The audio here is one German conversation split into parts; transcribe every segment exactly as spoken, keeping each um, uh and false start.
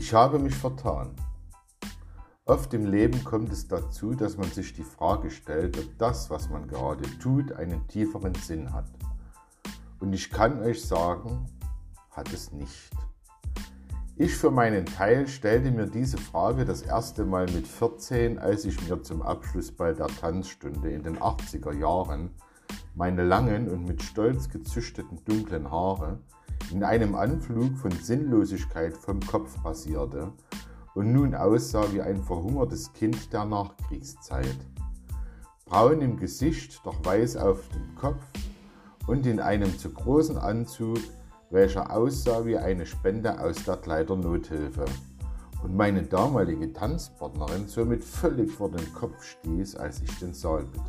Ich habe mich vertan. Oft im Leben kommt es dazu, dass man sich die Frage stellt, ob das, was man gerade tut, einen tieferen Sinn hat. Und ich kann euch sagen, hat es nicht. Ich für meinen Teil stellte mir diese Frage das erste Mal mit vierzehn, als ich mir zum Abschlussball der Tanzstunde in den achtziger Jahren meine langen und mit Stolz gezüchteten dunklen Haare in einem Anflug von Sinnlosigkeit vom Kopf rasierte und nun aussah wie ein verhungertes Kind der Nachkriegszeit. Braun im Gesicht, doch weiß auf dem Kopf und in einem zu großen Anzug, welcher aussah wie eine Spende aus der Kleidernothilfe und meine damalige Tanzpartnerin somit völlig vor den Kopf stieß, als ich den Saal betrat.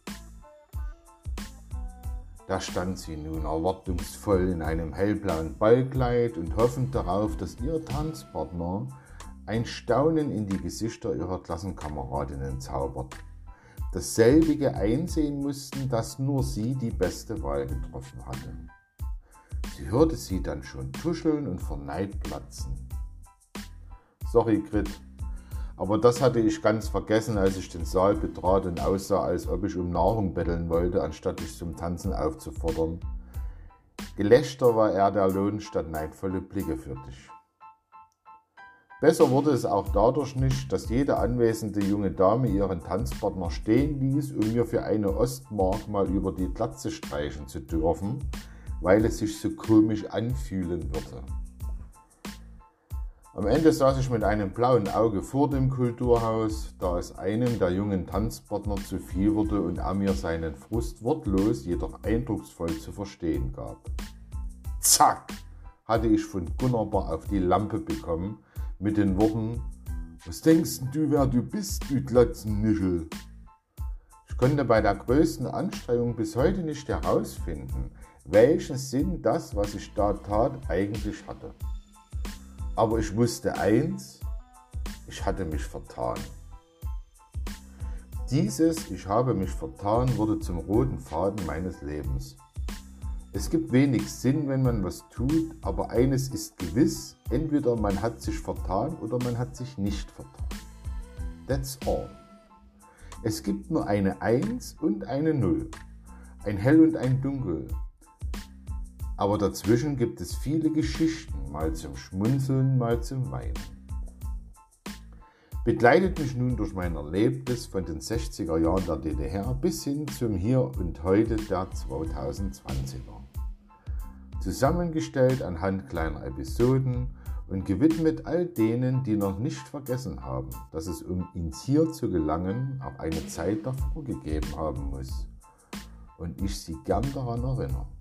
Da stand sie nun erwartungsvoll in einem hellblauen Ballkleid und hoffend darauf, dass ihr Tanzpartner ein Staunen in die Gesichter ihrer Klassenkameradinnen zaubert. Dasselbige einsehen mussten, dass nur sie die beste Wahl getroffen hatte. Sie hörte sie dann schon tuscheln und vor Neid platzen. Sorry, Grit, aber das hatte ich ganz vergessen, als ich den Saal betrat und aussah, als ob ich um Nahrung betteln wollte, anstatt dich zum Tanzen aufzufordern. Gelächter war eher der Lohn statt neidvolle Blicke für dich. Besser wurde es auch dadurch nicht, dass jede anwesende junge Dame ihren Tanzpartner stehen ließ, um mir für eine Ostmark mal über die Glatze streichen zu dürfen, weil es sich so komisch anfühlen würde. Am Ende saß ich mit einem blauen Auge vor dem Kulturhaus, da es einem der jungen Tanzpartner zu viel wurde und er mir seinen Frust wortlos, jedoch eindrucksvoll zu verstehen gab. Zack, hatte ich von Gunnerbar auf die Lampe bekommen mit den Worten: Was denkst du, wer du bist, du Glatzennischel? Ich konnte bei der größten Anstrengung bis heute nicht herausfinden, welchen Sinn das, was ich da tat, eigentlich hatte. Aber ich wusste eins, ich hatte mich vertan. Dieses Ich habe mich vertan wurde zum roten Faden meines Lebens. Es gibt wenig Sinn, wenn man was tut, aber eines ist gewiss, entweder man hat sich vertan oder man hat sich nicht vertan. That's all. Es gibt nur eine Eins und eine Null, ein Hell und ein Dunkel. Aber dazwischen gibt es viele Geschichten, mal zum Schmunzeln, mal zum Weinen. Begleitet mich nun durch mein Erlebnis von den sechziger Jahren der D D R bis hin zum Hier und Heute der zweitausendzwanziger. Zusammengestellt anhand kleiner Episoden und gewidmet all denen, die noch nicht vergessen haben, dass es, um ins Hier zu gelangen, auch eine Zeit davor gegeben haben muss und ich sie gern daran erinnere.